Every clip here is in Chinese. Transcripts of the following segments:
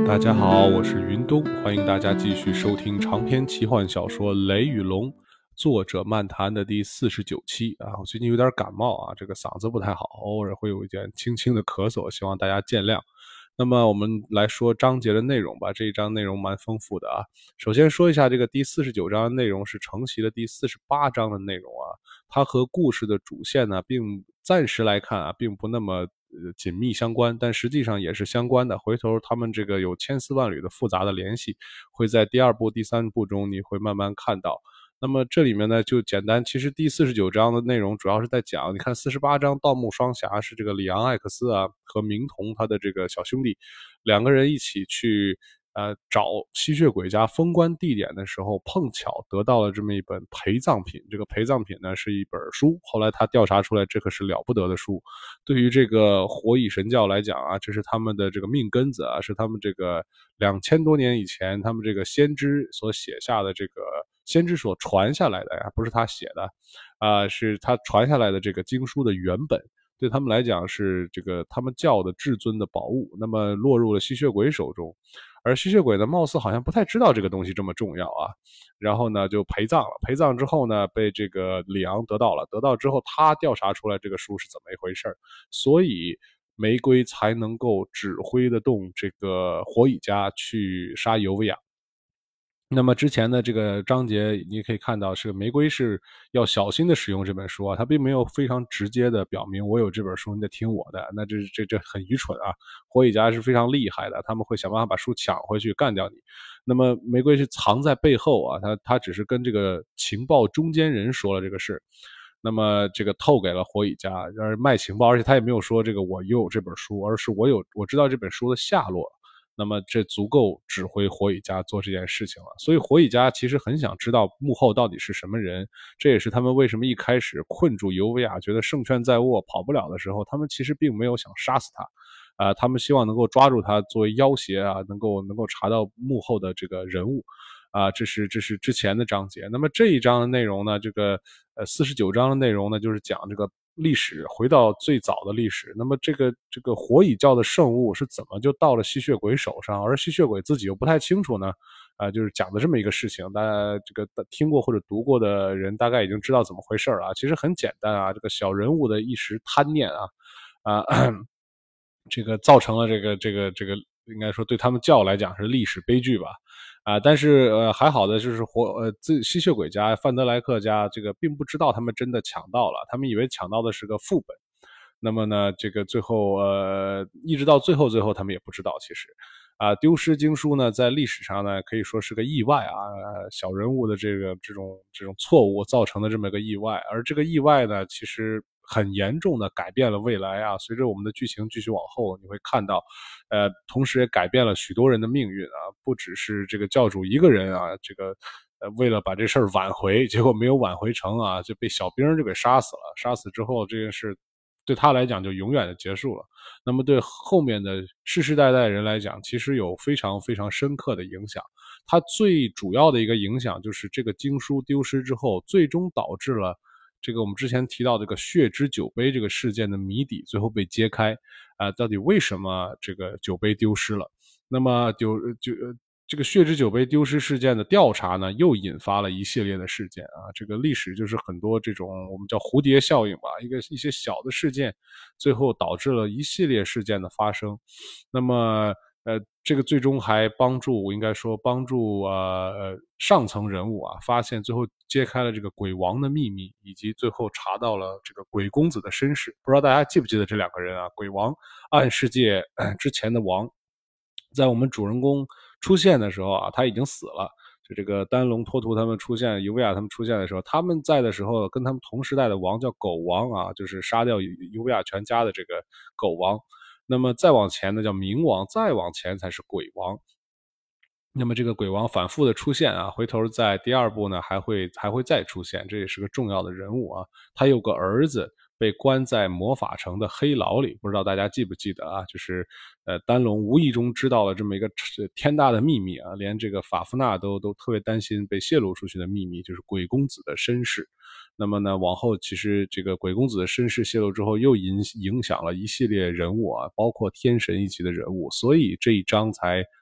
大家好，我是云东，欢迎大家继续收听长篇奇幻小说《雷与龙》，作者漫谈的第49期啊。我最近有点感冒啊，这个嗓子不太好，偶尔会有一点轻轻的咳嗽，希望大家见谅。那么我们来说章节的内容吧，这一章内容蛮丰富的啊。首先说一下这个第49章的内容是承袭了第48章的内容啊，它和故事的主线呢，暂时来看啊，并不那么紧密相关，但实际上也是相关的。回头他们这个有千丝万缕的复杂的联系，会在第二部、第三部中你会慢慢看到。那么这里面呢，就简单，其实第49章的内容主要是在讲，你看48章盗墓双侠是这个里昂艾克斯啊和明童他的这个小兄弟两个人一起去找吸血鬼家封官地点的时候，碰巧得到了这么一本陪葬品。这个陪葬品呢是一本书，后来他调查出来，这可是了不得的书。对于这个火蚁神教来讲啊，这是他们的这个命根子啊，是他们这个2000多年以前他们这个先知所写下的这个先知所传下来的呀，不是他写的是他传下来的这个经书的原本。对他们来讲是这个他们教的至尊的宝物，那么落入了吸血鬼手中，而吸血鬼呢，貌似好像不太知道这个东西这么重要啊，然后呢就陪葬了，陪葬之后呢，被这个里昂得到了，得到之后他调查出来这个书是怎么一回事，所以玫瑰才能够指挥得动这个火蚁家去杀尤维亚。那么之前的这个章节，你可以看到是玫瑰是要小心的使用这本书啊，它并没有非常直接的表明我有这本书，你得听我的，那这很愚蠢啊！火蚁家是非常厉害的，他们会想办法把书抢回去干掉你。那么玫瑰是藏在背后啊，他只是跟这个情报中间人说了这个事，那么这个透给了火蚁家，而卖情报，而且他也没有说这个我有这本书，而是我知道这本书的下落。那么这足够指挥火蚁家做这件事情了。所以火蚁家其实很想知道幕后到底是什么人，这也是他们为什么一开始困住尤维亚，觉得胜券在握，跑不了的时候，他们其实并没有想杀死他。他们希望能够抓住他作为要挟啊，能够查到幕后的这个人物。这是之前的章节。那么这一章的内容呢，这个49章的内容呢，就是讲这个历史，回到最早的历史。那么这个火蚁教的圣物是怎么就到了吸血鬼手上，而吸血鬼自己又不太清楚呢？就是讲的这么一个事情，大家这个听过或者读过的人大概已经知道怎么回事了啊。其实很简单啊，这个小人物的一时贪念啊，这个造成了这个应该说对他们教来讲是历史悲剧吧。但是还好的就是吸血鬼家范德莱克家这个并不知道他们真的抢到了，他们以为抢到的是个副本。那么呢，这个最后一直到最后他们也不知道其实。丢失经书呢，在历史上呢可以说是个意外啊，小人物的这种错误造成的这么个意外，而这个意外呢，其实很严重的改变了未来啊。随着我们的剧情继续往后，你会看到，同时也改变了许多人的命运啊，不只是这个教主一个人啊，这个为了把这事儿挽回，结果没有挽回成啊，就被小兵就给杀死了。杀死之后，这件事对他来讲就永远的结束了。那么对后面的世世代代人来讲，其实有非常非常深刻的影响。它最主要的一个影响就是这个经书丢失之后，最终导致了这个我们之前提到这个血之酒杯这个事件的谜底最后被揭开。到底为什么这个酒杯丢失了？那么这个血之酒杯丢失事件的调查呢，又引发了一系列的事件啊。这个历史就是很多这种我们叫蝴蝶效应吧，一些小的事件，最后导致了一系列事件的发生。那么这个最终还应该说帮助上层人物啊，发现最后揭开了这个鬼王的秘密，以及最后查到了这个鬼公子的身世。不知道大家记不记得这两个人啊？鬼王暗世界之前的王，在我们主人公出现的时候啊，他已经死了。就这个丹龙托图他们出现，尤维亚他们出现的时候，他们在的时候跟他们同时代的王叫狗王啊，就是杀掉尤维亚全家的这个狗王。那么再往前呢叫冥王，再往前才是鬼王。那么这个鬼王反复的出现啊，回头在第二部呢还会再出现，这也是个重要的人物啊。他有个儿子被关在魔法城的黑牢里，不知道大家记不记得啊？就是丹龙无意中知道了这么一个天大的秘密啊，连这个法夫纳都特别担心被泄露出去的秘密，就是鬼公子的身世。那么呢，往后其实这个鬼公子的身世泄露之后，又影响了一系列人物啊，包括天神一级的人物，所以这一章才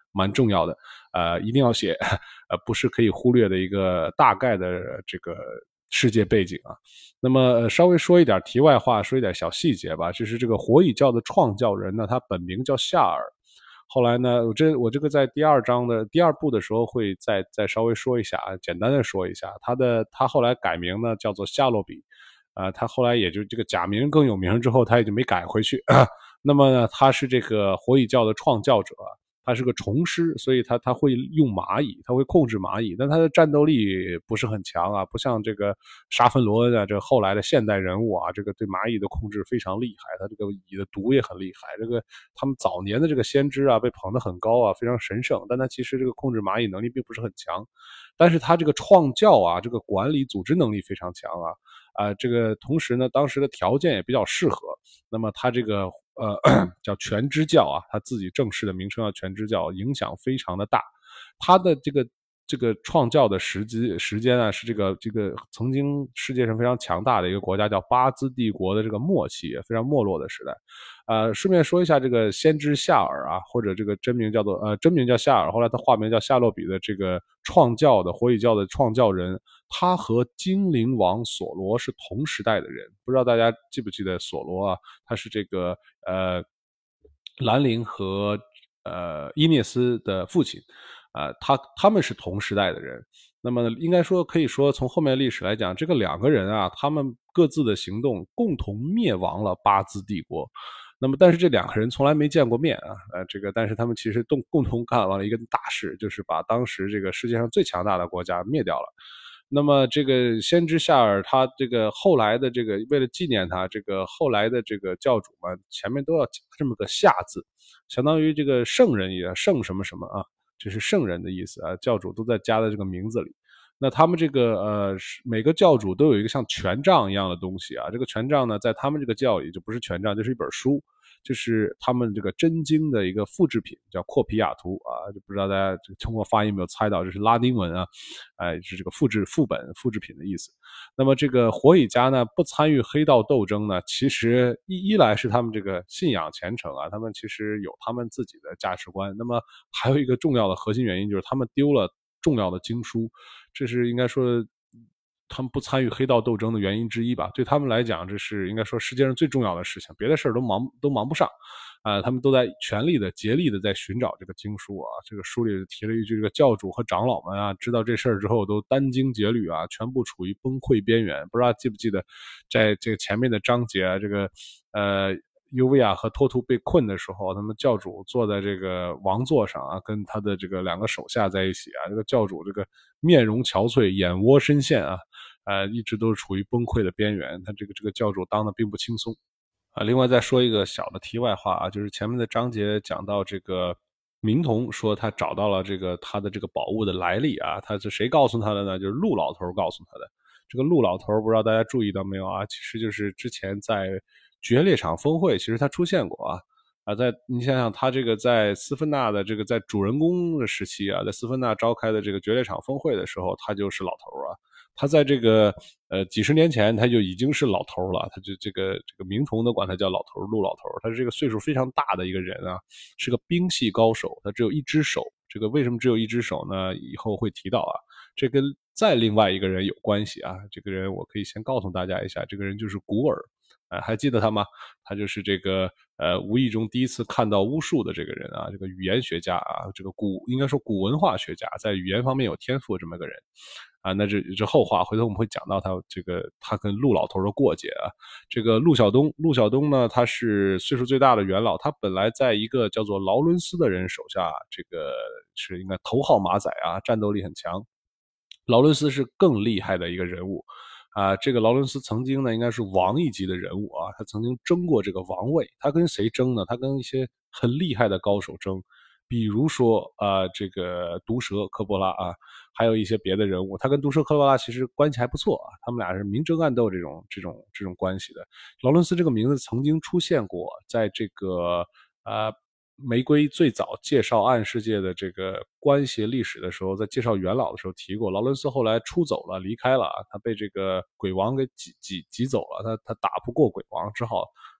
蛮重要的，一定要写，不是可以忽略的一个大概的这个世界背景啊。那么稍微说一点题外话，说一点小细节吧，就是这个火蚁教的创教人呢，他本名叫夏尔。后来呢，我这个在第二章的第二部的时候会再稍微说一下啊，简单的说一下，他后来改名呢叫做夏洛比，他后来也就这个假名更有名之后，他也就没改回去。那么呢，他是这个火蚁教的创教者，他是个虫师，所以他会用蚂蚁，他会控制蚂蚁，但他的战斗力不是很强啊，不像这个沙芬罗恩啊，这个后来的现代人物啊，这个对蚂蚁的控制非常厉害，他这个蚁的毒也很厉害。这个他们早年的这个先知啊，被捧得很高啊，非常神圣，但他其实这个控制蚂蚁能力并不是很强。但是他这个创教啊，这个管理组织能力非常强啊，这个同时呢，当时的条件也比较适合。那么他这个叫全知教啊，他自己正式的名称叫全知教，影响非常的大。他的这个创教的时间啊，是这个曾经世界上非常强大的一个国家叫巴兹帝国的这个末期，非常没落的时代。顺便说一下，这个先知夏尔啊，或者这个真名叫夏尔，后来他化名叫夏洛比的这个创教的火蚁教的创教人，他和精灵王索罗是同时代的人。不知道大家记不记得索罗啊？他是这个兰陵和伊涅斯的父亲。他们是同时代的人。那么应该说，可以说从后面的历史来讲，这个两个人啊，他们各自的行动共同灭亡了巴兹帝国。那么但是这两个人从来没见过面啊，但是他们其实共同干完了一个大事，就是把当时这个世界上最强大的国家灭掉了。那么这个先知夏尔他这个后来的这个为了纪念他，这个后来的这个教主们前面都要加这么个夏字，相当于这个圣人一样，圣什么什么啊，这是圣人的意思啊，教主都在加在这个名字里。那他们这个每个教主都有一个像权杖一样的东西啊，这个权杖呢，在他们这个教里就不是权杖，就是一本书，就是他们这个真经的一个复制品，叫阔皮雅图啊，就不知道大家通过发音有没有猜到，这是拉丁文啊，是这个复制品的意思。那么这个火蚁家呢，不参与黑道斗争呢，其实一来是他们这个信仰虔诚啊，他们其实有他们自己的价值观。那么还有一个重要的核心原因就是他们丢了重要的经书，这是应该说他们不参与黑道斗争的原因之一吧。对他们来讲，这是应该说世界上最重要的事情，别的事儿都忙不上。他们都在全力的竭力的在寻找这个经书啊。这个书里提了一句，这个教主和长老们啊，知道这事儿之后都殚精竭虑啊，全部处于崩溃边缘。不知道记不记得，在这个前面的章节啊，这个尤维亚和托图被困的时候，他们教主坐在这个王座上啊，跟他的这个两个手下在一起啊，这个教主这个面容憔悴，眼窝深陷啊，一直都是处于崩溃的边缘。他这个教主当的并不轻松。另外再说一个小的题外话啊，就是前面的章节讲到这个明童说他找到了他的这个宝物的来历啊，他是谁告诉他的呢？就是陆老头告诉他的。这个陆老头不知道大家注意到没有啊？其实就是之前在决猎场峰会，其实他出现过啊。你想想，他这个在斯芬纳的这个在主人公的时期啊，在斯芬纳召开的这个决猎场峰会的时候，他就是老头啊。他在这个几十年前他就已经是老头了，他就这个明童都管他叫老头，陆老头。他是这个岁数非常大的一个人啊，是个兵系高手，他只有一只手。这个为什么只有一只手呢？以后会提到啊。这跟再另外一个人有关系啊。这个人我可以先告诉大家一下，这个人就是古尔。还记得他吗？他就是这个无意中第一次看到巫术的这个人啊，这个语言学家啊，这个应该说古文化学家，在语言方面有天赋这么个人啊。那这后话，回头我们会讲到他跟陆老头的过节啊。这个陆小东呢，他是岁数最大的元老，他本来在一个叫做劳伦斯的人手下，这个是应该头号马仔啊，战斗力很强。劳伦斯是更厉害的一个人物。这个劳伦斯曾经呢，应该是王一级的人物啊，他曾经争过这个王位。他跟谁争呢？他跟一些很厉害的高手争，比如说这个毒蛇科波拉啊，还有一些别的人物。他跟毒蛇科波拉其实关系还不错啊，他们俩是明争暗斗这种关系的。劳伦斯这个名字曾经出现过在这个玫瑰最早介绍暗世界的这个关系历史的时候，在介绍元老的时候提过。劳伦斯后来出走了，离开了，他被这个鬼王给挤走了，他打不过鬼王，只好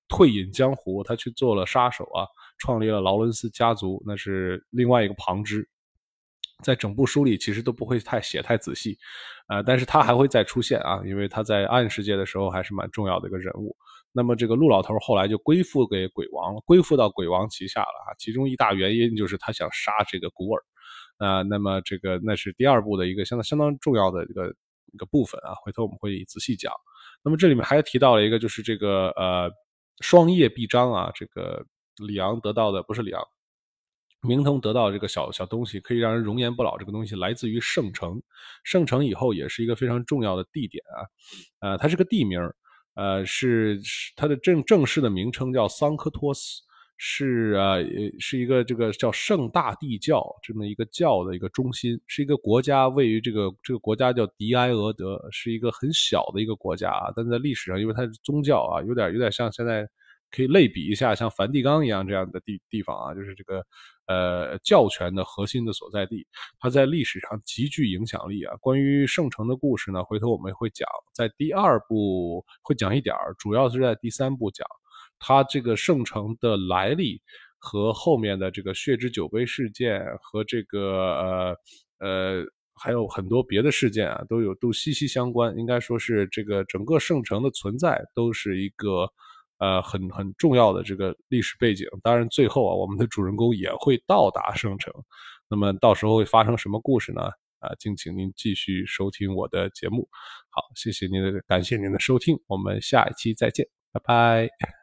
退隐江湖，他去做了杀手啊，创立了劳伦斯家族，那是另外一个旁支。在整部书里其实都不会写太仔细，但是他还会再出现啊，因为他在暗世界的时候还是蛮重要的一个人物。那么这个陆老头后来就归附给鬼王了，归附到鬼王旗下了啊，其中一大原因就是他想杀这个古尔。那么这个那是第二部的一个相当重要的一个部分啊，回头我们会仔细讲。那么这里面还提到了一个，就是这个双叶臂章啊，这个里昂得到的不是里昂，明通得到这个小东西，可以让人容颜不老。这个东西来自于圣城，圣城以后也是一个非常重要的地点啊，它是个地名，是它的正式的名称叫桑科托斯，是一个这个叫圣大地教这么一个教的一个中心，是一个国家，位于这个国家叫迪埃俄德，是一个很小的一个国家啊，但在历史上因为它是宗教啊，有点像现在可以类比一下像梵蒂冈一样这样的地方啊，就是这个教权的核心的所在地，它在历史上极具影响力啊。关于圣城的故事呢，回头我们会讲，在第二部会讲一点，主要是在第三部讲它这个圣城的来历和后面的这个血之酒杯事件和这个还有很多别的事件啊，都息息相关。应该说是这个整个圣城的存在都是一个很重要的这个历史背景。当然最后啊，我们的主人公也会到达圣城。那么到时候会发生什么故事呢？敬请您继续收听我的节目。好，感谢您的收听，我们下一期再见，拜拜。